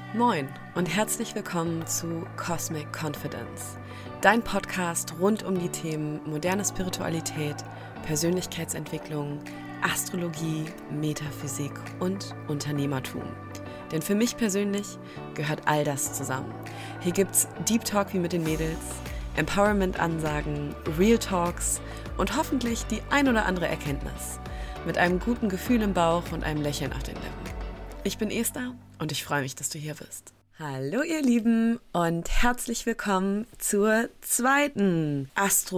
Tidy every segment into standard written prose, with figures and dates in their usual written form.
Moin und herzlich willkommen zu Cosmic Confidence, dein Podcast rund um die Themen moderne Spiritualität, Persönlichkeitsentwicklung, Astrologie, Metaphysik und Unternehmertum. Denn für mich persönlich gehört all das zusammen. Hier gibt's Deep Talk wie mit den Mädels, Empowerment-Ansagen, Real Talks und hoffentlich die ein oder andere Erkenntnis. Mit einem guten Gefühl im Bauch und einem Lächeln auf den Lippen. Ich bin Esther und ich freue mich, dass du hier bist. Hallo ihr Lieben und herzlich willkommen zur zweiten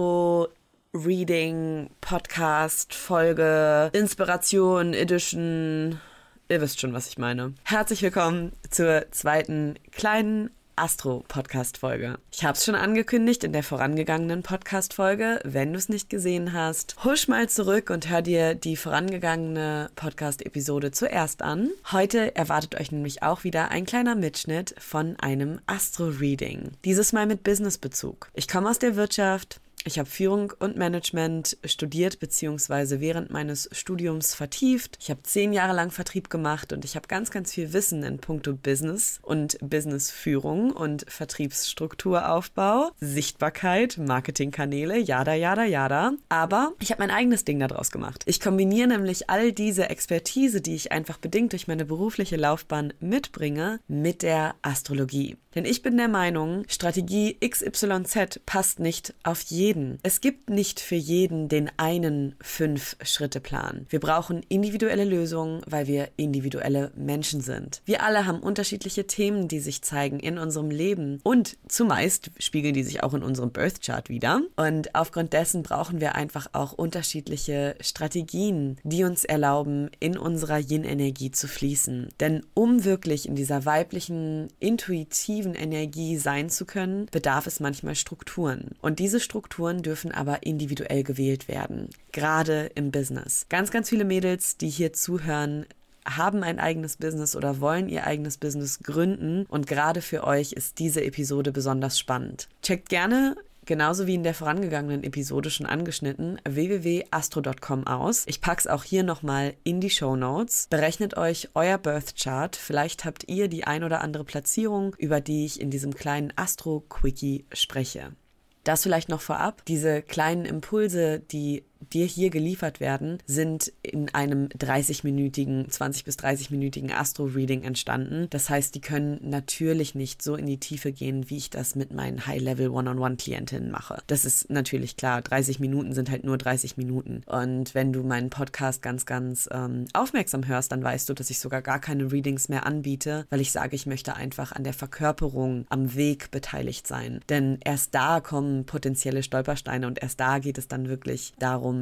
Astro-Reading-Podcast-Folge, Inspiration Edition. Ihr wisst schon, was ich meine. Herzlich willkommen zur zweiten kleinen Astro-Podcast-Folge. Ich habe es schon angekündigt in der vorangegangenen Podcast-Folge. Wenn du es nicht gesehen hast, husch mal zurück und hör dir die vorangegangene Podcast-Episode zuerst an. Heute erwartet euch nämlich auch wieder ein kleiner Mitschnitt von einem Astro-Reading. Dieses Mal mit Business-Bezug. Ich komme aus der Wirtschaft. Ich habe Führung und Management studiert bzw. während meines Studiums vertieft. Ich habe 10 Jahre lang Vertrieb gemacht und ich habe ganz, ganz viel Wissen in puncto Business und Businessführung und Vertriebsstrukturaufbau, Sichtbarkeit, Marketingkanäle, yada. Aber ich habe mein eigenes Ding daraus gemacht. Ich kombiniere nämlich all diese Expertise, die ich einfach bedingt durch meine berufliche Laufbahn mitbringe, mit der Astrologie. Denn ich bin der Meinung, Strategie XYZ passt nicht auf jeden. Es gibt nicht für jeden den einen 5-Schritte-Plan. Wir brauchen individuelle Lösungen, weil wir individuelle Menschen sind. Wir alle haben unterschiedliche Themen, die sich zeigen in unserem Leben und zumeist spiegeln die sich auch in unserem Birth Chart wider. Und aufgrund dessen brauchen wir einfach auch unterschiedliche Strategien, die uns erlauben, in unserer Yin-Energie zu fließen. Denn um wirklich in dieser weiblichen, intuitiven Energie sein zu können, bedarf es manchmal Strukturen. Und diese Strukturen dürfen aber individuell gewählt werden. Gerade im Business. Ganz, ganz viele Mädels, die hier zuhören, haben ein eigenes Business oder wollen ihr eigenes Business gründen. Und gerade für euch ist diese Episode besonders spannend. Checkt gerne, genauso wie in der vorangegangenen Episode schon angeschnitten, www.astro.com aus. Ich pack's auch hier nochmal in die Shownotes. Berechnet euch euer Birth Chart. Vielleicht habt ihr die ein oder andere Platzierung, über die ich in diesem kleinen Astro-Quickie spreche. Das vielleicht noch vorab. Diese kleinen Impulse, die dir hier geliefert werden, sind in einem 30-minütigen, 20- bis 30-minütigen Astro-Reading entstanden. Das heißt, die können natürlich nicht so in die Tiefe gehen, wie ich das mit meinen High-Level-One-on-One-Klientinnen mache. Das ist natürlich klar. 30 Minuten sind halt nur 30 Minuten. Und wenn du meinen Podcast ganz, ganz aufmerksam hörst, dann weißt du, dass ich sogar gar keine Readings mehr anbiete, weil ich sage, ich möchte einfach an der Verkörperung am Weg beteiligt sein. Denn erst da kommen potenzielle Stolpersteine und erst da geht es dann wirklich darum,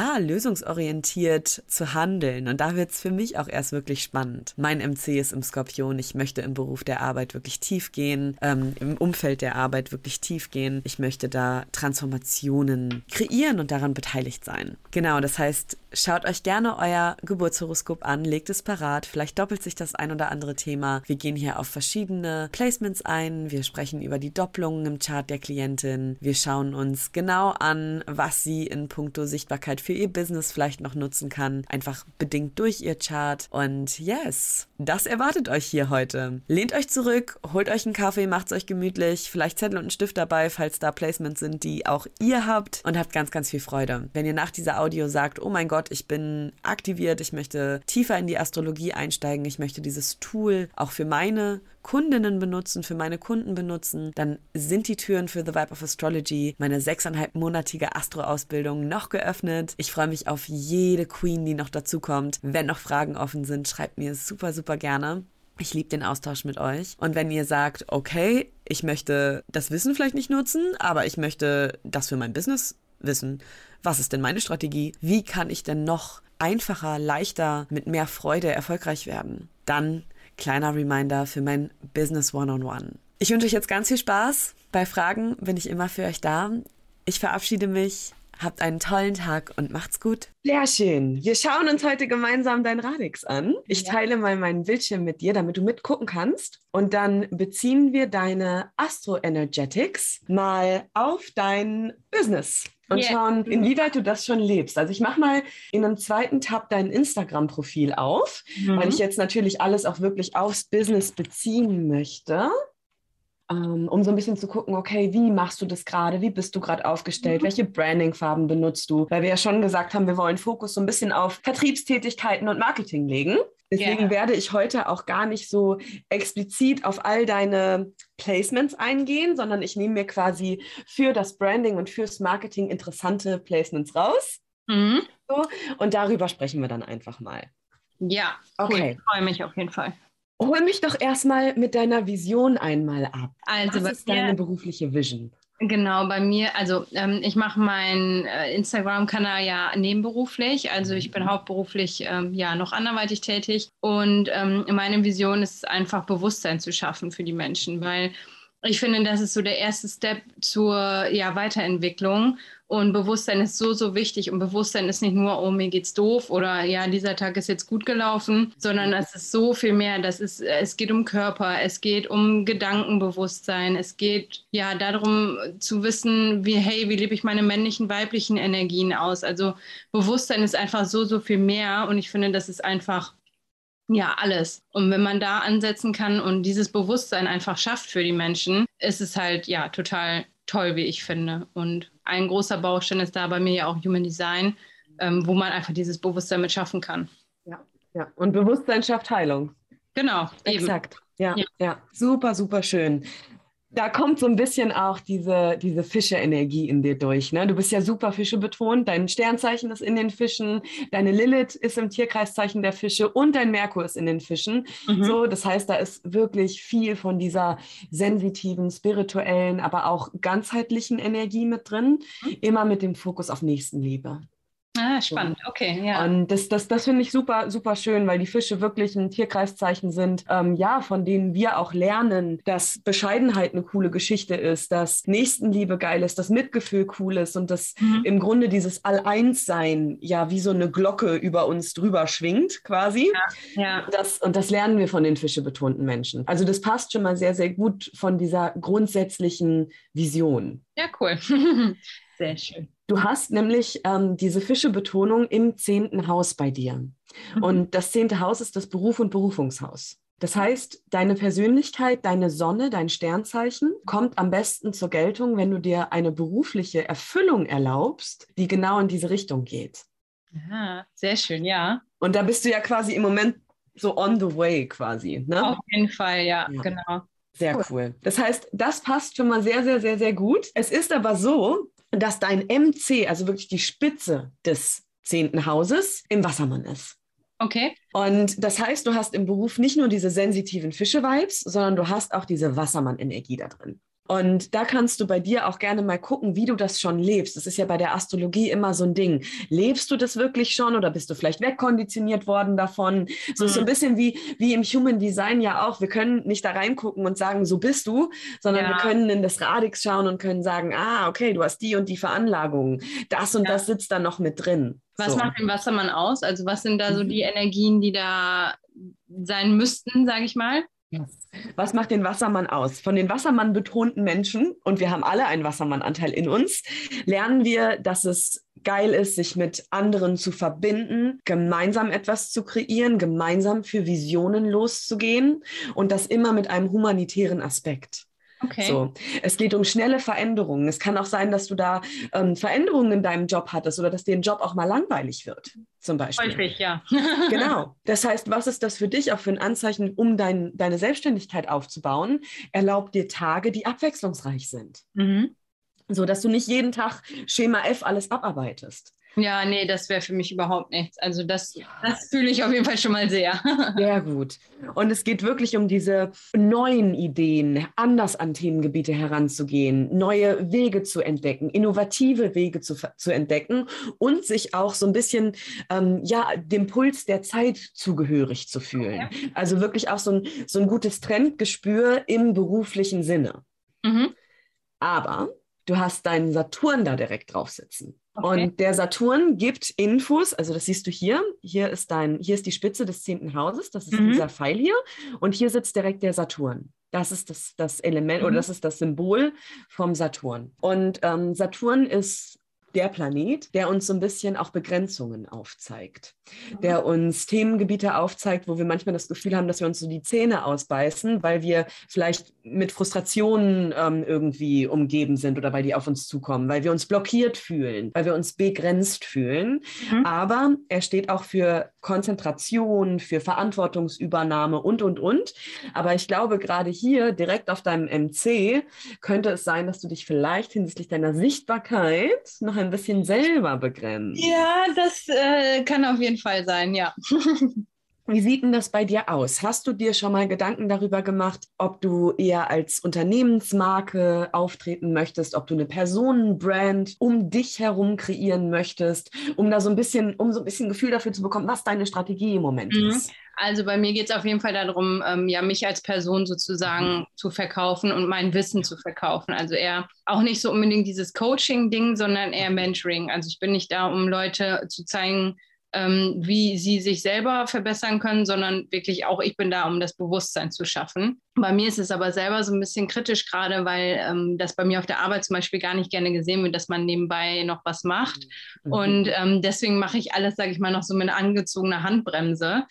lösungsorientiert zu handeln. Und da wird es für mich auch erst wirklich spannend. Mein MC ist im Skorpion. Ich möchte im Beruf der Arbeit wirklich tief gehen, im Umfeld der Arbeit wirklich tief gehen. Ich möchte da Transformationen kreieren und daran beteiligt sein. Genau, das heißt, schaut euch gerne euer Geburtshoroskop an, legt es parat. Vielleicht doppelt sich das ein oder andere Thema. Wir gehen hier auf verschiedene Placements ein. Wir sprechen über die Doppelungen im Chart der Klientin. Wir schauen uns genau an, was sie in puncto Sichtbarkeit für ihr Business vielleicht noch nutzen kann. Einfach bedingt durch ihr Chart. Und yes, das erwartet euch hier heute. Lehnt euch zurück, holt euch einen Kaffee, macht's euch gemütlich. Vielleicht Zettel und einen Stift dabei, falls da Placements sind, die auch ihr habt. Und habt ganz, ganz viel Freude. Wenn ihr nach dieser Audio sagt, oh mein Gott, ich bin aktiviert, ich möchte tiefer in die Astrologie einsteigen, ich möchte dieses Tool auch für meine Kundinnen benutzen, für meine Kunden benutzen, dann sind die Türen für The Vibe of Astrology, meine 6,5-monatige Astro-Ausbildung, noch geöffnet. Ich freue mich auf jede Queen, die noch dazu kommt. Wenn noch Fragen offen sind, schreibt mir super, super gerne. Ich liebe den Austausch mit euch. Und wenn ihr sagt, okay, ich möchte das Wissen vielleicht nicht nutzen, aber ich möchte das für mein Business wissen, was ist denn meine Strategie? Wie kann ich denn noch einfacher, leichter, mit mehr Freude erfolgreich werden? Dann kleiner Reminder für mein Business One-on-One. Ich wünsche euch jetzt ganz viel Spaß. Bei Fragen bin ich immer für euch da. Ich verabschiede mich. Habt einen tollen Tag und macht's gut. Sehr schön. Wir schauen uns heute gemeinsam dein Radix an. Ich teile mal meinen Bildschirm mit dir, damit du mitgucken kannst. Und dann beziehen wir deine Astro-Energetics mal auf dein Business und schauen, inwieweit du das schon lebst. Also ich mache mal in einem zweiten Tab dein Instagram-Profil auf, weil ich jetzt natürlich alles auch wirklich aufs Business beziehen möchte. Um so ein bisschen zu gucken, okay, wie machst du das gerade? Wie bist du gerade aufgestellt? Welche Branding-Farben benutzt du? Weil wir ja schon gesagt haben, wir wollen Fokus so ein bisschen auf Vertriebstätigkeiten und Marketing legen. Deswegen werde ich heute auch gar nicht so explizit auf all deine Placements eingehen, sondern ich nehme mir quasi für das Branding und fürs Marketing interessante Placements raus. So, und darüber sprechen wir dann einfach mal. Ja, cool. Okay. Ich freue mich auf jeden Fall. Hol mich doch erstmal mit deiner Vision einmal ab. Also Was ist deine berufliche Vision? Genau, bei mir, also ich mache meinen Instagram-Kanal ja nebenberuflich, also ich bin hauptberuflich noch anderweitig tätig und meine Vision ist einfach Bewusstsein zu schaffen für die Menschen, weil ich finde, das ist so der erste Step zur Weiterentwicklung und Bewusstsein ist so, so wichtig und Bewusstsein ist nicht nur, oh, mir geht's doof oder ja, dieser Tag ist jetzt gut gelaufen, sondern es ist so viel mehr. Es geht um Körper, es geht um Gedankenbewusstsein, es geht ja darum zu wissen, wie lebe ich meine männlichen, weiblichen Energien aus. Also Bewusstsein ist einfach so, so viel mehr und ich finde, das ist einfach alles. Und wenn man da ansetzen kann und dieses Bewusstsein einfach schafft für die Menschen, ist es halt total toll, wie ich finde. Und ein großer Baustein ist da bei mir ja auch Human Design, wo man einfach dieses Bewusstsein mit schaffen kann. Ja. Und Bewusstsein schafft Heilung. Genau, eben. Exakt. Ja. Super, super schön. Da kommt so ein bisschen auch diese Fische-Energie in dir durch. Ne? Du bist ja super Fische betont. Dein Sternzeichen ist in den Fischen, deine Lilith ist im Tierkreiszeichen der Fische und dein Merkur ist in den Fischen. So, das heißt, da ist wirklich viel von dieser sensitiven, spirituellen, aber auch ganzheitlichen Energie mit drin. Immer mit dem Fokus auf Nächstenliebe. Ah, spannend, okay, ja. Und das finde ich super, super schön, weil die Fische wirklich ein Tierkreiszeichen sind, von denen wir auch lernen, dass Bescheidenheit eine coole Geschichte ist, dass Nächstenliebe geil ist, dass Mitgefühl cool ist und dass im Grunde dieses All-Eins-Sein wie so eine Glocke über uns drüber schwingt quasi. Ja. Und das lernen wir von den fischebetonten Menschen. Also das passt schon mal sehr, sehr gut von dieser grundsätzlichen Vision. Ja, cool. Sehr schön. Du hast nämlich diese Fischebetonung im 10. Haus bei dir. Und das 10. Haus ist das Beruf- und Berufungshaus. Das heißt, deine Persönlichkeit, deine Sonne, dein Sternzeichen kommt am besten zur Geltung, wenn du dir eine berufliche Erfüllung erlaubst, die genau in diese Richtung geht. Ah, sehr schön, ja. Und da bist du ja quasi im Moment so on the way quasi, ne? Auf jeden Fall, ja. Genau. Sehr cool. Das heißt, das passt schon mal sehr, sehr, sehr, sehr gut. Es ist aber so, dass dein MC, also wirklich die Spitze des 10. Hauses, im Wassermann ist. Okay. Und das heißt, du hast im Beruf nicht nur diese sensitiven Fische-Vibes, sondern du hast auch diese Wassermann-Energie da drin. Und da kannst du bei dir auch gerne mal gucken, wie du das schon lebst. Das ist ja bei der Astrologie immer so ein Ding. Lebst du das wirklich schon oder bist du vielleicht wegkonditioniert worden davon? So ist so ein bisschen wie im Human Design ja auch. Wir können nicht da reingucken und sagen, so bist du, sondern wir können in das Radix schauen und können sagen, okay, du hast die und die Veranlagungen. Das und das sitzt da noch mit drin. Was macht den Wassermann aus? Also was sind da so die Energien, die da sein müssten, sage ich mal? Was macht den Wassermann aus? Von den Wassermann betonten Menschen, und wir haben alle einen Wassermann-Anteil in uns, lernen wir, dass es geil ist, sich mit anderen zu verbinden, gemeinsam etwas zu kreieren, gemeinsam für Visionen loszugehen und das immer mit einem humanitären Aspekt. Okay. So. Es geht um schnelle Veränderungen. Es kann auch sein, dass du da Veränderungen in deinem Job hattest oder dass dir ein Job auch mal langweilig wird, zum Beispiel. Häufig, ja. Genau. Das heißt, was ist das für dich auch für ein Anzeichen, um deine Selbstständigkeit aufzubauen? Erlaubt dir Tage, die abwechslungsreich sind. So, dass du nicht jeden Tag Schema F alles abarbeitest. Ja, nee, das wäre für mich überhaupt nichts. Also das fühle ich auf jeden Fall schon mal sehr. Sehr gut. Und es geht wirklich um diese neuen Ideen, anders an Themengebiete heranzugehen, neue Wege zu entdecken, innovative Wege zu entdecken und sich auch so ein bisschen dem Puls der Zeit zugehörig zu fühlen. Okay. Also wirklich auch so ein gutes Trendgespür im beruflichen Sinne. Aber du hast deinen Saturn da direkt drauf sitzen. Okay. Und der Saturn gibt Infos, also das siehst du hier. Hier ist die Spitze des 10. Hauses, das ist dieser Pfeil hier. Und hier sitzt direkt der Saturn. Das ist das Element oder das ist das Symbol vom Saturn. Und Saturn ist der Planet, der uns so ein bisschen auch Begrenzungen aufzeigt, der uns Themengebiete aufzeigt, wo wir manchmal das Gefühl haben, dass wir uns so die Zähne ausbeißen, weil wir vielleicht mit Frustrationen irgendwie umgeben sind oder weil die auf uns zukommen, weil wir uns blockiert fühlen, weil wir uns begrenzt fühlen. Aber er steht auch für Konzentration, für Verantwortungsübernahme und. Aber ich glaube, gerade hier direkt auf deinem MC könnte es sein, dass du dich vielleicht hinsichtlich deiner Sichtbarkeit noch ein bisschen selber begrenzt. Ja, das kann auf jeden Fall sein, ja. Wie sieht denn das bei dir aus? Hast du dir schon mal Gedanken darüber gemacht, ob du eher als Unternehmensmarke auftreten möchtest, ob du eine Personenbrand um dich herum kreieren möchtest, um so ein bisschen Gefühl dafür zu bekommen, was deine Strategie im Moment ist? Also bei mir geht es auf jeden Fall darum, ja, mich als Person sozusagen zu verkaufen und mein Wissen zu verkaufen. Also eher auch nicht so unbedingt dieses Coaching-Ding, sondern eher Mentoring. Also ich bin nicht da, um Leute zu zeigen, wie sie sich selber verbessern können, sondern wirklich auch, ich bin da, um das Bewusstsein zu schaffen. Bei mir ist es aber selber so ein bisschen kritisch gerade, weil das bei mir auf der Arbeit zum Beispiel gar nicht gerne gesehen wird, dass man nebenbei noch was macht. Und deswegen mache ich alles, sage ich mal, noch so mit angezogener Handbremse,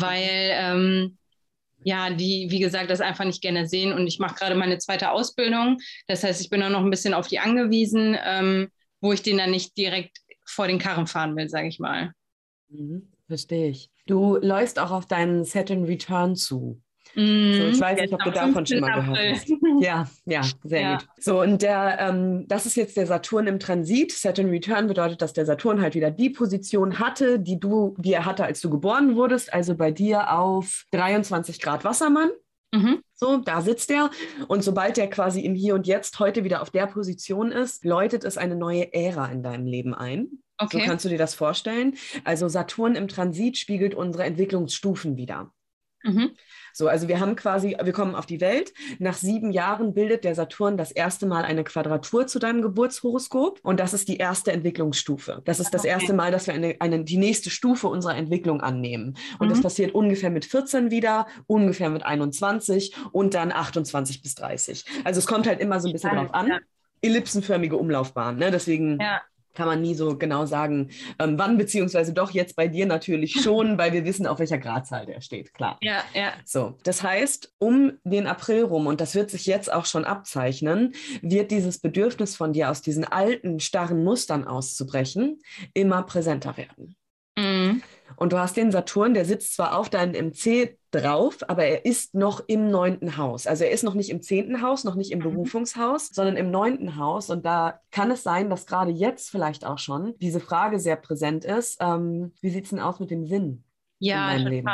weil ja, die, wie gesagt, das einfach nicht gerne sehen. Und ich mache gerade meine zweite Ausbildung. Das heißt, ich bin auch noch ein bisschen auf die angewiesen, wo ich den dann nicht direkt vor den Karren fahren will, sage ich mal. Verstehe ich. Du läufst auch auf deinen Saturn Return zu. So, ich weiß nicht, ob du davon schon mal gehört hast. Ja, sehr gut. So, und das ist jetzt der Saturn im Transit. Saturn Return bedeutet, dass der Saturn halt wieder die Position hatte, die er hatte, als du geboren wurdest. Also bei dir auf 23 Grad Wassermann. So, da sitzt er. Und sobald er quasi im Hier und Jetzt heute wieder auf der Position ist, läutet es eine neue Ära in deinem Leben ein. Okay. So kannst du dir das vorstellen. Also Saturn im Transit spiegelt unsere Entwicklungsstufen wider. So, also wir kommen auf die Welt. Nach 7 Jahren bildet der Saturn das erste Mal eine Quadratur zu deinem Geburtshoroskop. Und das ist die erste Entwicklungsstufe. Das ist das erste Mal, dass wir die nächste Stufe unserer Entwicklung annehmen. Und das passiert ungefähr mit 14 wieder, ungefähr mit 21 und dann 28 bis 30. Also es kommt halt immer so ein bisschen drauf an. Ellipsenförmige Umlaufbahn, ne? Deswegen kann man nie so genau sagen, wann, beziehungsweise doch jetzt bei dir natürlich schon, weil wir wissen, auf welcher Gradzahl der steht, klar. Ja. So, das heißt, um den April rum, und das wird sich jetzt auch schon abzeichnen, wird dieses Bedürfnis von dir, aus diesen alten, starren Mustern auszubrechen, immer präsenter werden. Und du hast den Saturn, der sitzt zwar auf deinem MC drauf, aber er ist noch im 9. Haus. Also er ist noch nicht im 10. Haus, noch nicht im Berufungshaus, sondern im 9. Haus. Und da kann es sein, dass gerade jetzt vielleicht auch schon diese Frage sehr präsent ist. Wie sieht es denn aus mit dem Sinn? Ja, total. Leben?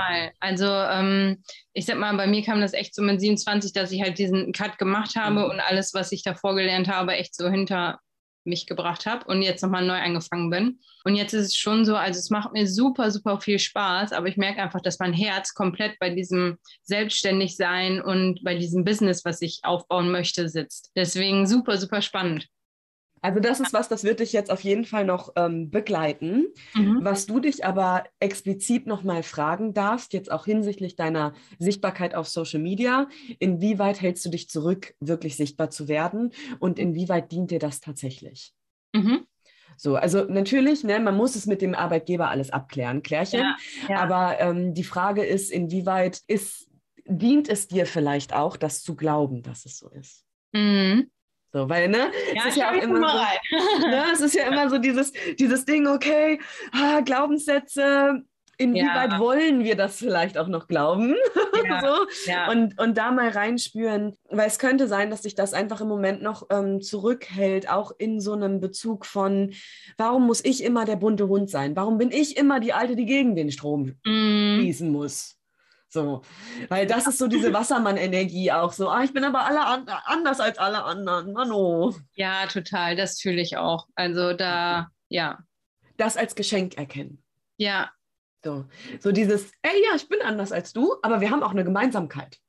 Also ich sag mal, bei mir kam das echt so mit 27, dass ich halt diesen Cut gemacht habe und alles, was ich davor gelernt habe, echt so hinter mich gebracht habe und jetzt nochmal neu angefangen bin. Und jetzt ist es schon so, also es macht mir super, super viel Spaß, aber ich merke einfach, dass mein Herz komplett bei diesem Selbstständigsein und bei diesem Business, was ich aufbauen möchte, sitzt. Deswegen super, super spannend. Also das ist was, das wird dich jetzt auf jeden Fall noch begleiten. Was du dich aber explizit nochmal fragen darfst, jetzt auch hinsichtlich deiner Sichtbarkeit auf Social Media, inwieweit hältst du dich zurück, wirklich sichtbar zu werden und inwieweit dient dir das tatsächlich? So, also natürlich, ne, man muss es mit dem Arbeitgeber alles abklären, Klärchen. Aber die Frage ist, inwieweit dient es dir vielleicht auch, das zu glauben, dass es so ist? So, weil, ne, es ist ja auch immer so, ne, es ist ja immer so dieses Ding, okay, Glaubenssätze, inwieweit wollen wir das vielleicht auch noch glauben? Und da mal reinspüren, weil es könnte sein, dass sich das einfach im Moment noch zurückhält, auch in so einem Bezug von, warum muss ich immer der bunte Hund sein? Warum bin ich immer die Alte, die gegen den Strom fließen muss? So, weil das ist so diese Wassermann-Energie auch so, ich bin aber anders als alle anderen, Mano. Ja, total, das fühle ich auch. Also da, Das als Geschenk erkennen. Ja. So dieses, ja, ich bin anders als du, aber wir haben auch eine Gemeinsamkeit.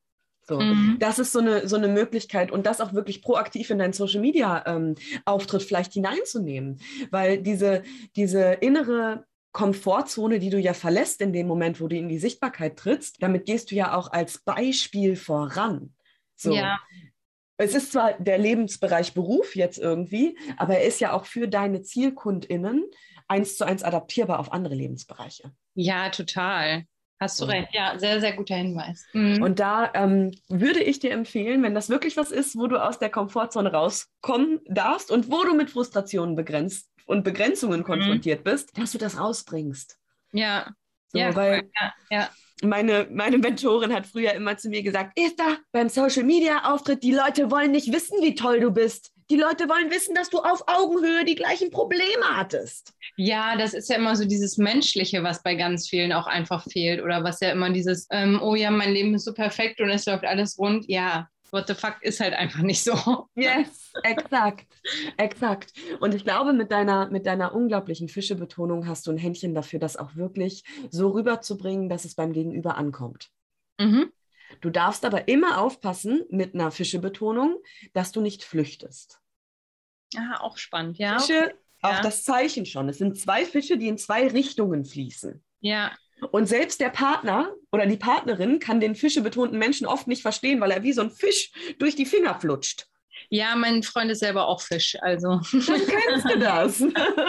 So, das ist so eine Möglichkeit und das auch wirklich proaktiv in deinen Social-Media-Auftritt vielleicht hineinzunehmen, weil diese innere Komfortzone, die du ja verlässt in dem Moment, wo du in die Sichtbarkeit trittst, damit gehst du ja auch als Beispiel voran. So. Ja. Es ist zwar der Lebensbereich Beruf jetzt irgendwie, aber er ist ja auch für deine ZielkundInnen 1:1 adaptierbar auf andere Lebensbereiche. Ja, total. Hast du recht. Ja, sehr, sehr guter Hinweis. Mhm. Und da würde ich dir empfehlen, wenn das wirklich was ist, wo du aus der Komfortzone rauskommen darfst und wo du mit Frustrationen begrenzt und Begrenzungen konfrontiert bist, dass du das rausbringst. Ja. So, Ja, weil cool. Ja. meine Mentorin hat früher immer zu mir gesagt, Esther, beim Social-Media-Auftritt, die Leute wollen nicht wissen, wie toll du bist. Die Leute wollen wissen, dass du auf Augenhöhe die gleichen Probleme hattest. Ja, das ist ja immer so dieses Menschliche, was bei ganz vielen auch einfach fehlt. Oder was ja immer dieses, oh ja, mein Leben ist so perfekt und es läuft alles rund. Ja, what the fuck ist halt einfach nicht so. Yes, exakt. Und ich glaube, mit deiner unglaublichen Fischebetonung hast du ein Händchen dafür, das auch wirklich so rüberzubringen, dass es beim Gegenüber ankommt. Mhm. Du darfst aber immer aufpassen mit einer Fischebetonung, dass du nicht flüchtest. Ah, auch spannend, ja. Fische, auch Ja. das Zeichen schon. Es sind 2 Fische, die in 2 Richtungen fließen. Ja. Und selbst der Partner oder die Partnerin kann den fischebetonten Menschen oft nicht verstehen, weil er wie so ein Fisch durch die Finger flutscht. Ja, mein Freund ist selber auch Fisch, also. Dann kennst du das.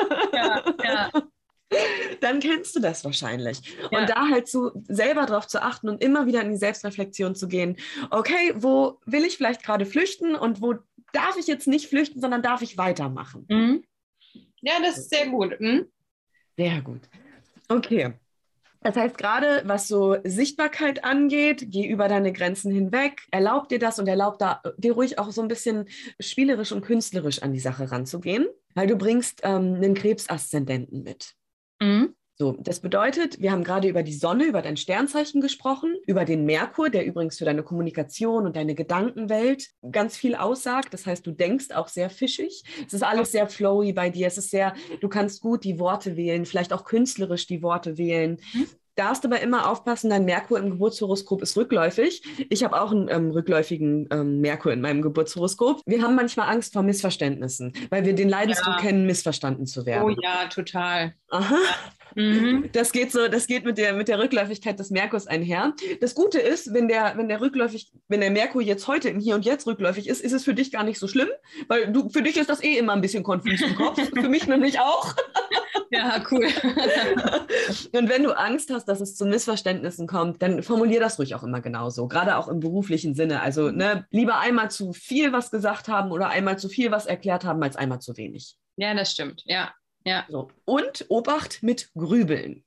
Ja. Dann kennst du das wahrscheinlich. Ja. Und da halt selber drauf zu achten und immer wieder in die Selbstreflexion zu gehen. Okay, wo will ich vielleicht gerade flüchten und wo darf ich jetzt nicht flüchten, sondern darf ich weitermachen? Mhm. Ja, das ist sehr gut. Mhm. Sehr gut. Okay. Das heißt, gerade was so Sichtbarkeit angeht, geh über deine Grenzen hinweg, erlaub dir das und erlaub dir ruhig auch so ein bisschen spielerisch und künstlerisch an die Sache ranzugehen, weil du bringst einen Krebsaszendenten mit. Mhm. So, das bedeutet, wir haben gerade über die Sonne, über dein Sternzeichen gesprochen, über den Merkur, der übrigens für deine Kommunikation und deine Gedankenwelt ganz viel aussagt. Das heißt, du denkst auch sehr fischig. Es ist alles sehr flowy bei dir. Du kannst gut die Worte wählen, vielleicht auch künstlerisch die Worte wählen. Darfst aber immer aufpassen, dein Merkur im Geburtshoroskop ist rückläufig. Ich habe auch einen rückläufigen Merkur in meinem Geburtshoroskop. Wir haben manchmal Angst vor Missverständnissen, weil wir den Leidensdruck kennen, missverstanden zu werden. Oh ja, total. Aha. Mhm. Das geht mit der Rückläufigkeit des Merkurs einher. Das Gute ist, wenn der Merkur jetzt heute im Hier und Jetzt rückläufig ist es für dich gar nicht so schlimm, weil für dich ist das immer ein bisschen konfus im Kopf. Für mich nämlich auch. Ja, cool. Und wenn du Angst hast, dass es zu Missverständnissen kommt, dann formulier das ruhig auch immer genauso, gerade auch im beruflichen Sinne. Also lieber einmal zu viel was gesagt haben oder einmal zu viel was erklärt haben, als einmal zu wenig. Ja, das stimmt. Ja. So. Und Obacht mit Grübeln.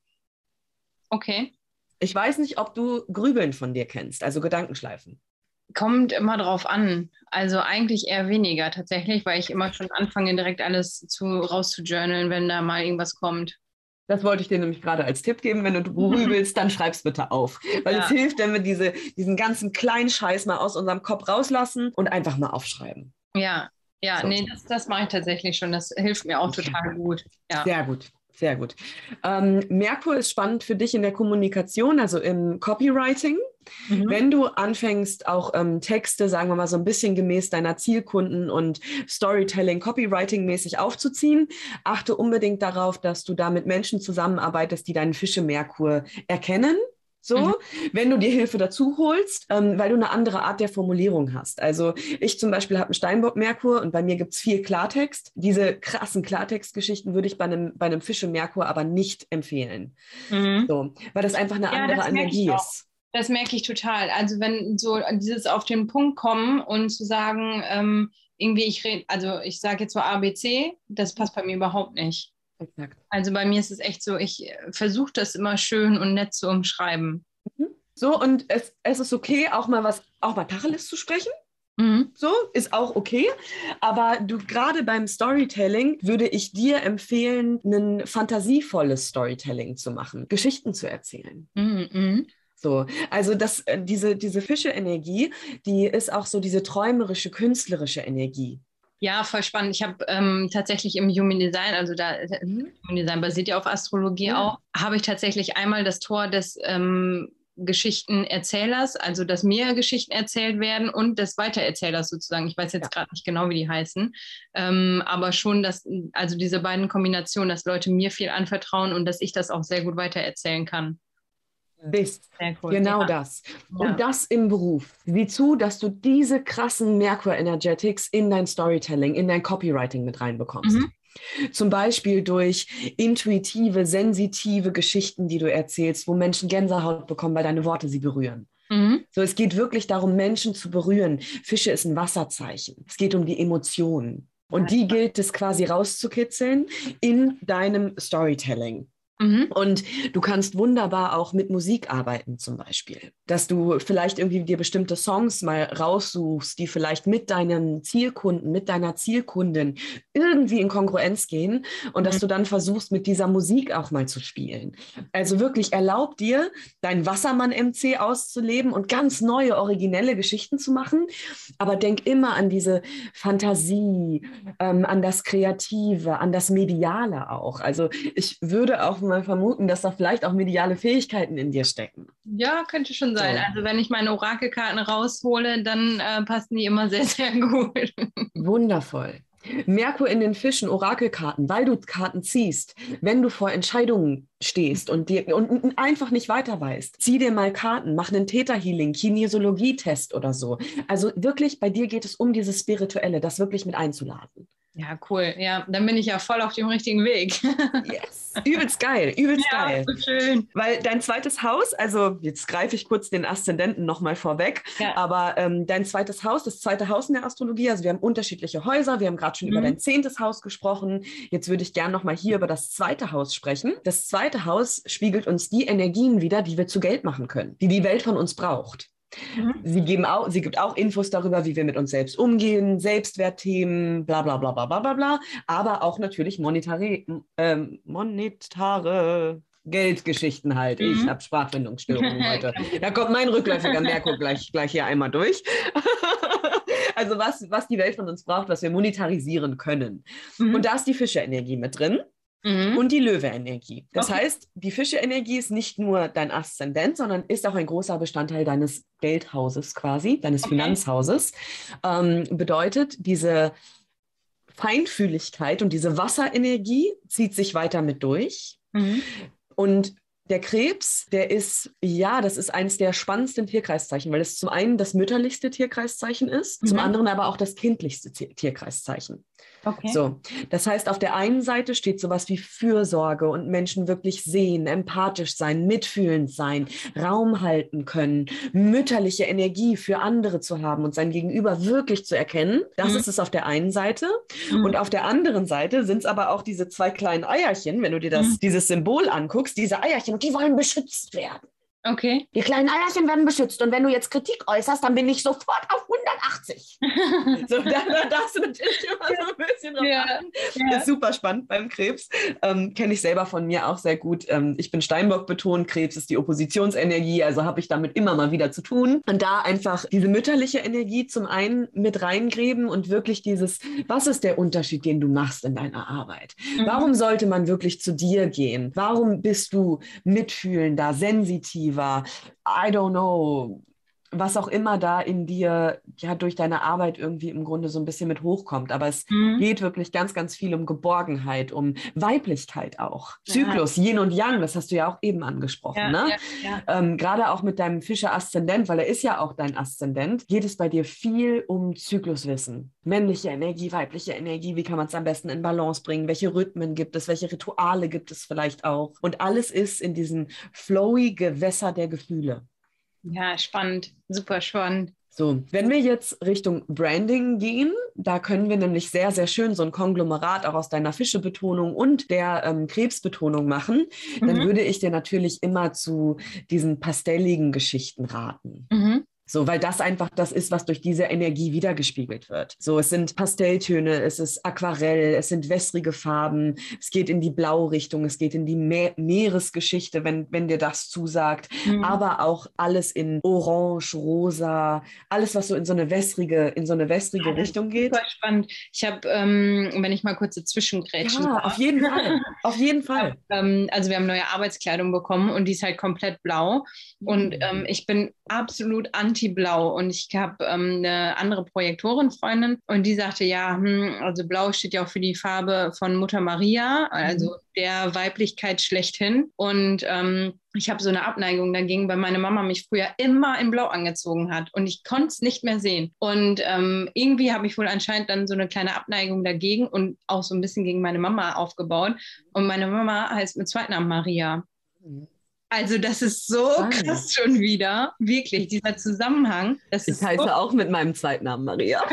Okay. Ich weiß nicht, ob du Grübeln von dir kennst, also Gedankenschleifen. Kommt immer drauf an. Also eigentlich eher weniger tatsächlich, weil ich immer schon anfange, direkt alles rauszujournalen, wenn da mal irgendwas kommt. Das wollte ich dir nämlich gerade als Tipp geben. Wenn du grübelst, dann schreib's bitte auf. Weil es hilft, wenn wir diesen ganzen kleinen Scheiß mal aus unserem Kopf rauslassen und einfach mal aufschreiben. Ja, So. nee, das mache ich tatsächlich schon. Das hilft mir auch total gut. Ja. Sehr gut. Merkur ist spannend für dich in der Kommunikation, also im Copywriting. Mhm. Wenn du anfängst, auch Texte, sagen wir mal, so ein bisschen gemäß deiner Zielkunden und Storytelling, Copywriting-mäßig aufzuziehen, achte unbedingt darauf, dass du da mit Menschen zusammenarbeitest, die deinen Fische-Merkur erkennen. So, wenn du dir Hilfe dazu holst, weil du eine andere Art der Formulierung hast. Also ich zum Beispiel habe einen Steinbock-Merkur und bei mir gibt es viel Klartext. Diese krassen Klartextgeschichten würde ich bei einem Fische-Merkur aber nicht empfehlen. So, weil das einfach eine andere Energie ist. Das merke ich total. Also wenn so dieses auf den Punkt kommen und zu sagen, irgendwie ich sage jetzt mal ABC, das passt bei mir überhaupt nicht. Exakt. Also bei mir ist es echt so, ich versuche das immer schön und nett zu umschreiben. So, und es ist okay, auch mal Tacheles zu sprechen. So, ist auch okay. Aber gerade beim Storytelling würde ich dir empfehlen, ein fantasievolles Storytelling zu machen, Geschichten zu erzählen. So, also diese Fische-Energie, die ist auch so diese träumerische, künstlerische Energie. Ja, voll spannend. Ich habe tatsächlich im Human Design, also Human Design basiert ja auf Astrologie auch, habe ich tatsächlich einmal das Tor des Geschichtenerzählers, also dass mir Geschichten erzählt werden und des Weitererzählers sozusagen. Ich weiß jetzt gerade nicht genau, wie die heißen, aber schon, also diese beiden Kombinationen, dass Leute mir viel anvertrauen und dass ich das auch sehr gut weitererzählen kann. Bist. Sehr cool. Genau das. Und das im Beruf. Sieh zu, dass du diese krassen Merkur-Energetics in dein Storytelling, in dein Copywriting mit reinbekommst. Zum Beispiel durch intuitive, sensitive Geschichten, die du erzählst, wo Menschen Gänsehaut bekommen, weil deine Worte sie berühren. So, es geht wirklich darum, Menschen zu berühren. Fische ist ein Wasserzeichen. Es geht um die Emotionen. Und die gilt es quasi rauszukitzeln in deinem Storytelling. Und du kannst wunderbar auch mit Musik arbeiten zum Beispiel, dass du vielleicht irgendwie dir bestimmte Songs mal raussuchst, die vielleicht mit deinem Zielkunden, mit deiner Zielkundin irgendwie in Kongruenz gehen und dass du dann versuchst, mit dieser Musik auch mal zu spielen. Also wirklich erlaub dir, dein Wassermann-MC auszuleben und ganz neue, originelle Geschichten zu machen, aber denk immer an diese Fantasie, an das Kreative, an das Mediale auch. Also ich würde auch mal vermuten, dass da vielleicht auch mediale Fähigkeiten in dir stecken. Ja, könnte schon sein. So. Also wenn ich meine Orakelkarten raushole, dann passen die immer sehr, sehr gut. Wundervoll. Merkur in den Fischen, Orakelkarten, weil du Karten ziehst, wenn du vor Entscheidungen stehst und einfach nicht weiter weißt. Zieh dir mal Karten, mach einen Theta-Healing, Kinesiologie-Test oder so. Also wirklich, bei dir geht es um dieses Spirituelle, das wirklich mit einzuladen. Ja, cool. Ja, dann bin ich ja voll auf dem richtigen Weg. Yes, übelst geil, übelst geil. So schön. Weil dein zweites Haus, also jetzt greife ich kurz den Aszendenten nochmal vorweg, aber dein zweites Haus, das zweite Haus in der Astrologie, also wir haben unterschiedliche Häuser, wir haben gerade schon über dein 10. Haus gesprochen, jetzt würde ich gerne nochmal hier über das zweite Haus sprechen. Das zweite Haus spiegelt uns die Energien wider, die wir zu Geld machen können, die die Welt von uns braucht. Sie gibt auch Infos darüber, wie wir mit uns selbst umgehen, Selbstwertthemen, bla bla bla bla bla bla bla, aber auch natürlich monetare Geldgeschichten halt. Ich habe Sprachfindungsstörungen heute. Da kommt mein rückläufiger Merkur gleich hier einmal durch. Also was die Welt von uns braucht, was wir monetarisieren können. Und da ist die Fische-Energie mit drin. Und die Löwe-Energie. Das heißt, die Fische-Energie ist nicht nur dein Aszendent, sondern ist auch ein großer Bestandteil deines Geldhauses quasi, deines Finanzhauses. Bedeutet, diese Feinfühligkeit und diese Wasserenergie zieht sich weiter mit durch. Und der Krebs, das ist eines der spannendsten Tierkreiszeichen, weil es zum einen das mütterlichste Tierkreiszeichen ist, zum anderen aber auch das kindlichste Tierkreiszeichen. Okay. So, das heißt, auf der einen Seite steht sowas wie Fürsorge und Menschen wirklich sehen, empathisch sein, mitfühlend sein, Raum halten können, mütterliche Energie für andere zu haben und sein Gegenüber wirklich zu erkennen. Das ist es auf der einen Seite. Und auf der anderen Seite sind es aber auch diese zwei kleinen Eierchen, wenn du dir dieses Symbol anguckst, diese Eierchen, und die wollen beschützt werden. Okay. Die kleinen Eierchen werden beschützt und wenn du jetzt Kritik äußerst, dann bin ich sofort auf 180. So, da darfst du natürlich immer so ein bisschen drauf achten. Das ist super spannend beim Krebs. Kenne ich selber von mir auch sehr gut. Ich bin Steinbock betont, Krebs ist die Oppositionsenergie, also habe ich damit immer mal wieder zu tun. Und da einfach diese mütterliche Energie zum einen mit reingräben und wirklich was ist der Unterschied, den du machst in deiner Arbeit? Warum sollte man wirklich zu dir gehen? Warum bist du mitfühlender, sensitiver? I don't know, was auch immer da in dir durch deine Arbeit irgendwie im Grunde so ein bisschen mit hochkommt. Aber es geht wirklich ganz, ganz viel um Geborgenheit, um Weiblichkeit auch. Zyklus, Yin und Yang, das hast du ja auch eben angesprochen. Gerade auch mit deinem Fische-Aszendent, weil er ist ja auch dein Aszendent, geht es bei dir viel um Zykluswissen. Männliche Energie, weibliche Energie, wie kann man es am besten in Balance bringen? Welche Rhythmen gibt es? Welche Rituale gibt es vielleicht auch? Und alles ist in diesem flowy Gewässer der Gefühle. Ja, spannend, super spannend. So, wenn wir jetzt Richtung Branding gehen, da können wir nämlich sehr, sehr schön so ein Konglomerat auch aus deiner Fische-Betonung und der Krebsbetonung machen, dann würde ich dir natürlich immer zu diesen pastelligen Geschichten raten. So, weil das einfach das ist, was durch diese Energie wiedergespiegelt wird. So, es sind Pastelltöne, es ist Aquarell, es sind wässrige Farben, es geht in die Blaurichtung, es geht in die Meeresgeschichte, wenn dir das zusagt, aber auch alles in Orange, Rosa, alles, was so in so eine wässrige Richtung geht. Super spannend. Ich habe, wenn ich mal kurz dazwischengrätschen Ja, darf. auf jeden Fall, auf jeden Fall. Also wir haben neue Arbeitskleidung bekommen und die ist halt komplett blau und ich bin absolut anti-blau und ich habe eine andere Projektorenfreundin und die sagte, ja, also blau steht ja auch für die Farbe von Mutter Maria, also der Weiblichkeit schlechthin und ich habe so eine Abneigung dagegen, weil meine Mama mich früher immer in Blau angezogen hat und ich konnte es nicht mehr sehen. Und irgendwie habe ich wohl anscheinend dann so eine kleine Abneigung dagegen und auch so ein bisschen gegen meine Mama aufgebaut. Und meine Mama heißt mit Zweitnamen Maria. Also das ist so krass schon wieder, wirklich, dieser Zusammenhang. Ich heiße auch mit meinem Zweitnamen Maria.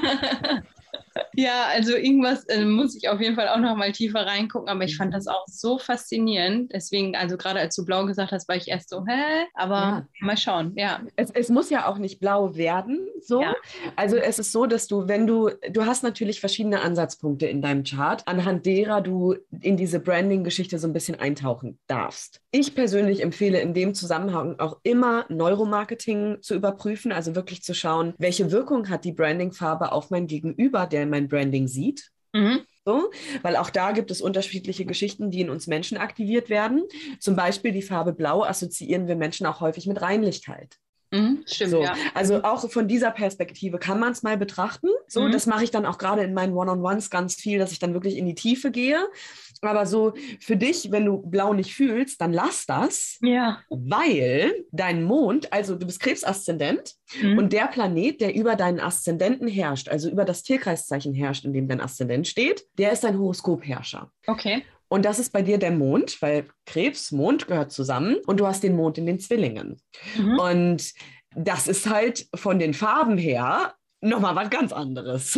Ja, also irgendwas muss ich auf jeden Fall auch noch mal tiefer reingucken, aber ich fand das auch so faszinierend. Deswegen, also gerade als du blau gesagt hast, war ich erst so, aber mal schauen, ja. Es muss ja auch nicht blau werden, so. Ja. Also es ist so, dass du hast natürlich verschiedene Ansatzpunkte in deinem Chart, anhand derer du in diese Branding-Geschichte so ein bisschen eintauchen darfst. Ich persönlich empfehle in dem Zusammenhang auch immer Neuromarketing zu überprüfen, also wirklich zu schauen, welche Wirkung hat die Branding-Farbe auf mein Gegenüber, der mein Branding sieht. So, weil auch da gibt es unterschiedliche Geschichten, die in uns Menschen aktiviert werden. Zum Beispiel die Farbe Blau assoziieren wir Menschen auch häufig mit Reinlichkeit. Stimmt, so, ja. Also auch von dieser Perspektive kann man es mal betrachten. So, das mache ich dann auch gerade in meinen One-on-Ones ganz viel, dass ich dann wirklich in die Tiefe gehe. Aber so für dich, wenn du Blau nicht fühlst, dann lass das, weil dein Mond, also du bist Krebs-Aszendent und der Planet, der über deinen Aszendenten herrscht, also über das Tierkreiszeichen herrscht, in dem dein Aszendent steht, der ist dein Horoskopherrscher. Okay. Und das ist bei dir der Mond, weil Krebs, Mond gehört zusammen und du hast den Mond in den Zwillingen. Und das ist halt von den Farben her nochmal was ganz anderes.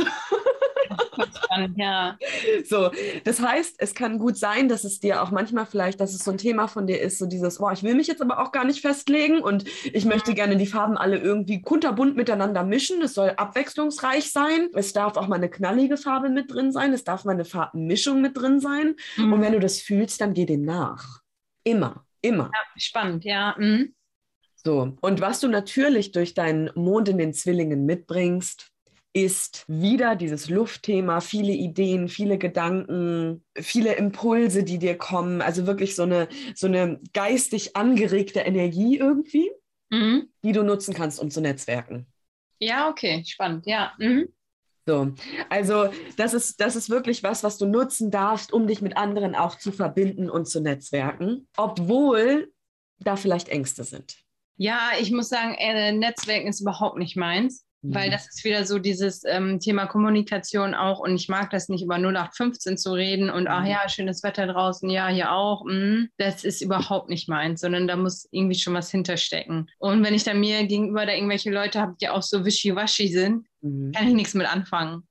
Ja. So, das heißt, es kann gut sein, dass es dir auch manchmal vielleicht, dass es so ein Thema von dir ist, so dieses, ich will mich jetzt aber auch gar nicht festlegen und ich möchte gerne die Farben alle irgendwie kunterbunt miteinander mischen. Es soll abwechslungsreich sein. Es darf auch mal eine knallige Farbe mit drin sein. Es darf mal eine Farbenmischung mit drin sein. Und wenn du das fühlst, dann geh dem nach. Immer. Ja, spannend, ja. So, und was du natürlich durch deinen Mond in den Zwillingen mitbringst, ist wieder dieses Luftthema, viele Ideen, viele Gedanken, viele Impulse, die dir kommen, also wirklich so eine geistig angeregte Energie irgendwie, die du nutzen kannst, um zu netzwerken. Ja, okay, spannend, ja. So, also das ist wirklich was du nutzen darfst, um dich mit anderen auch zu verbinden und zu netzwerken, obwohl da vielleicht Ängste sind. Ja, ich muss sagen, Netzwerken ist überhaupt nicht meins. Weil das ist wieder so dieses Thema Kommunikation auch und ich mag das nicht über 0815 zu reden und ach ja, schönes Wetter draußen, ja, hier auch. Das ist überhaupt nicht meins, sondern da muss irgendwie schon was hinterstecken. Und wenn ich dann mir gegenüber da irgendwelche Leute habe, die auch so wischiwaschi sind, kann ich nichts mit anfangen.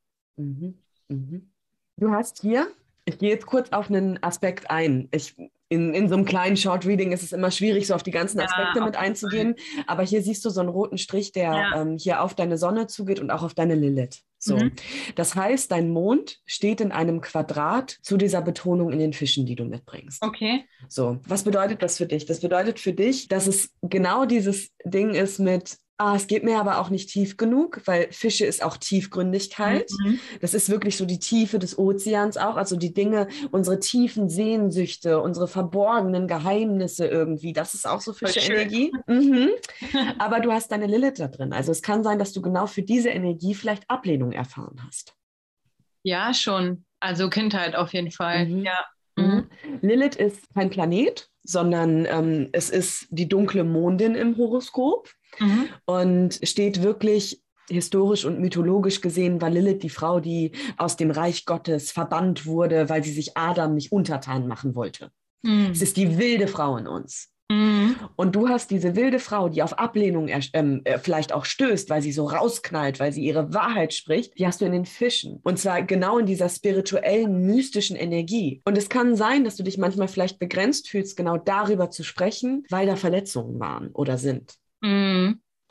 Du hast hier, ich gehe jetzt kurz auf einen Aspekt ein. In so einem kleinen Short-Reading ist es immer schwierig, so auf die ganzen Aspekte mit einzugehen. Aber hier siehst du so einen roten Strich, der hier auf deine Sonne zugeht und auch auf deine Lilith. So. Das heißt, dein Mond steht in einem Quadrat zu dieser Betonung in den Fischen, die du mitbringst. Okay. So, was bedeutet das für dich? Das bedeutet für dich, dass es genau dieses Ding ist mit, es geht mir aber auch nicht tief genug, weil Fische ist auch Tiefgründigkeit. Das ist wirklich so die Tiefe des Ozeans auch, also die Dinge, unsere tiefen Sehnsüchte, unsere verborgenen Geheimnisse irgendwie, das ist auch so Fische-Energie. Aber du hast deine Lilith da drin, also es kann sein, dass du genau für diese Energie vielleicht Ablehnung erfahren hast. Ja, schon. Also Kindheit auf jeden Fall, ja. Lilith ist kein Planet, sondern es ist die dunkle Mondin im Horoskop. Und steht wirklich historisch und mythologisch gesehen, war Lilith die Frau, die aus dem Reich Gottes verbannt wurde, weil sie sich Adam nicht untertan machen wollte. Es ist die wilde Frau in uns. Und du hast diese wilde Frau, die auf Ablehnung vielleicht auch stößt, weil sie so rausknallt, weil sie ihre Wahrheit spricht, die hast du in den Fischen. Und zwar genau in dieser spirituellen, mystischen Energie. Und es kann sein, dass du dich manchmal vielleicht begrenzt fühlst, genau darüber zu sprechen, weil da Verletzungen waren oder sind.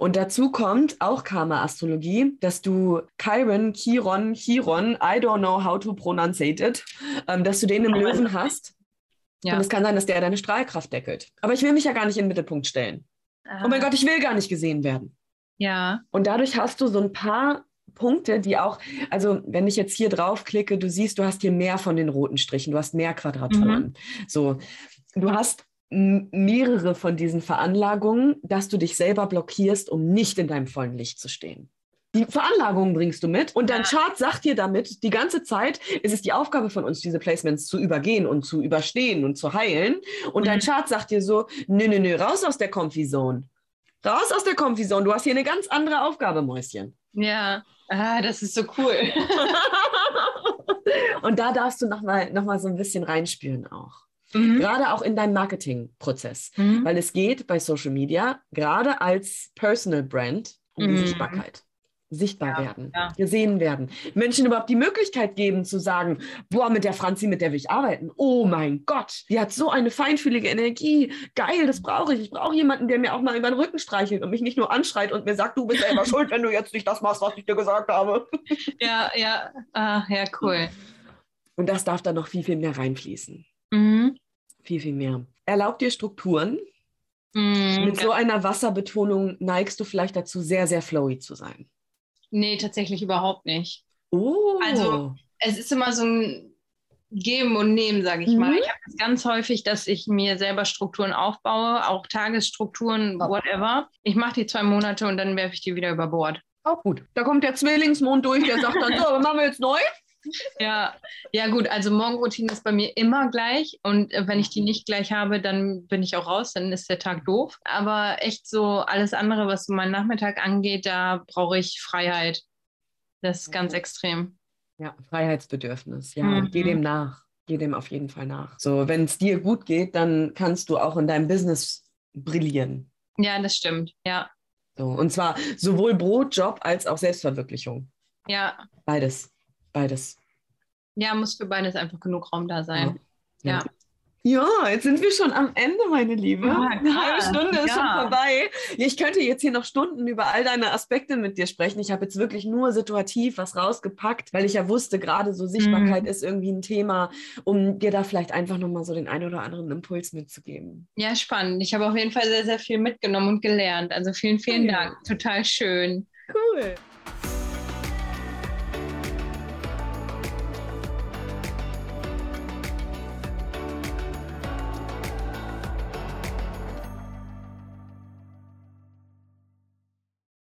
Und dazu kommt auch Karma-Astrologie, dass du Chiron, I don't know how to pronunciate it, dass du den im Löwen hast. Ja. Und es kann sein, dass der deine Strahlkraft deckelt. Aber ich will mich ja gar nicht in den Mittelpunkt stellen. Oh mein Gott, ich will gar nicht gesehen werden. Ja. Und dadurch hast du so ein paar Punkte, die auch, also wenn ich jetzt hier draufklicke, du siehst, du hast hier mehr von den roten Strichen, du hast mehr Quadraturen. So, du hast mehrere von diesen Veranlagungen, dass du dich selber blockierst, um nicht in deinem vollen Licht zu stehen. Die Veranlagungen bringst du mit und dein Chart sagt dir damit, die ganze Zeit ist es die Aufgabe von uns, diese Placements zu übergehen und zu überstehen und zu heilen. Und dein Chart sagt dir so, nö, raus aus der Comfy-Zone. Raus aus der Comfy-Zone, du hast hier eine ganz andere Aufgabe, Mäuschen. Ja, das ist so cool. Und da darfst du noch mal so ein bisschen reinspüren auch. Gerade auch in deinem Marketingprozess. Weil es geht bei Social Media, gerade als Personal Brand, um die Sichtbarkeit. Sichtbar werden, gesehen werden. Menschen überhaupt die Möglichkeit geben zu sagen, boah, mit der Franzi, mit der will ich arbeiten. Oh mein Gott, die hat so eine feinfühlige Energie. Geil, das brauche ich. Ich brauche jemanden, der mir auch mal über den Rücken streichelt und mich nicht nur anschreit und mir sagt, du bist selber schuld, wenn du jetzt nicht das machst, was ich dir gesagt habe. Ja, cool. Und das darf dann noch viel, viel mehr reinfließen. Viel, viel mehr. Erlaubt dir Strukturen. Mit so einer Wasserbetonung neigst du vielleicht dazu, sehr, sehr flowy zu sein. Nee, tatsächlich überhaupt nicht. Oh. Also es ist immer so ein Geben und Nehmen, sage ich mal. Ich habe es ganz häufig, dass ich mir selber Strukturen aufbaue, auch Tagesstrukturen, whatever. Ich mache die 2 Monate und dann werfe ich die wieder über Bord. Auch gut. Da kommt der Zwillingsmond durch, der sagt dann so, was machen wir jetzt neu? Ja, gut, also Morgenroutine ist bei mir immer gleich und wenn ich die nicht gleich habe, dann bin ich auch raus, dann ist der Tag doof. Aber echt so alles andere, was so meinen Nachmittag angeht, da brauche ich Freiheit. Das ist ganz extrem. Ja, Freiheitsbedürfnis. Ja, geh dem nach. Geh dem auf jeden Fall nach. So, wenn es dir gut geht, dann kannst du auch in deinem Business brillieren. Ja, das stimmt, ja. So, und zwar sowohl Brotjob als auch Selbstverwirklichung. Ja. Beides. Ja, muss für beides einfach genug Raum da sein. Ja. Ja, jetzt sind wir schon am Ende, meine Liebe. Ja, eine halbe Stunde ist schon vorbei. Ich könnte jetzt hier noch Stunden über all deine Aspekte mit dir sprechen. Ich habe jetzt wirklich nur situativ was rausgepackt, weil ich ja wusste, gerade so Sichtbarkeit ist irgendwie ein Thema, um dir da vielleicht einfach nochmal so den einen oder anderen Impuls mitzugeben. Ja, spannend. Ich habe auf jeden Fall sehr, sehr viel mitgenommen und gelernt. Also vielen, vielen Dank. Total schön. Cool.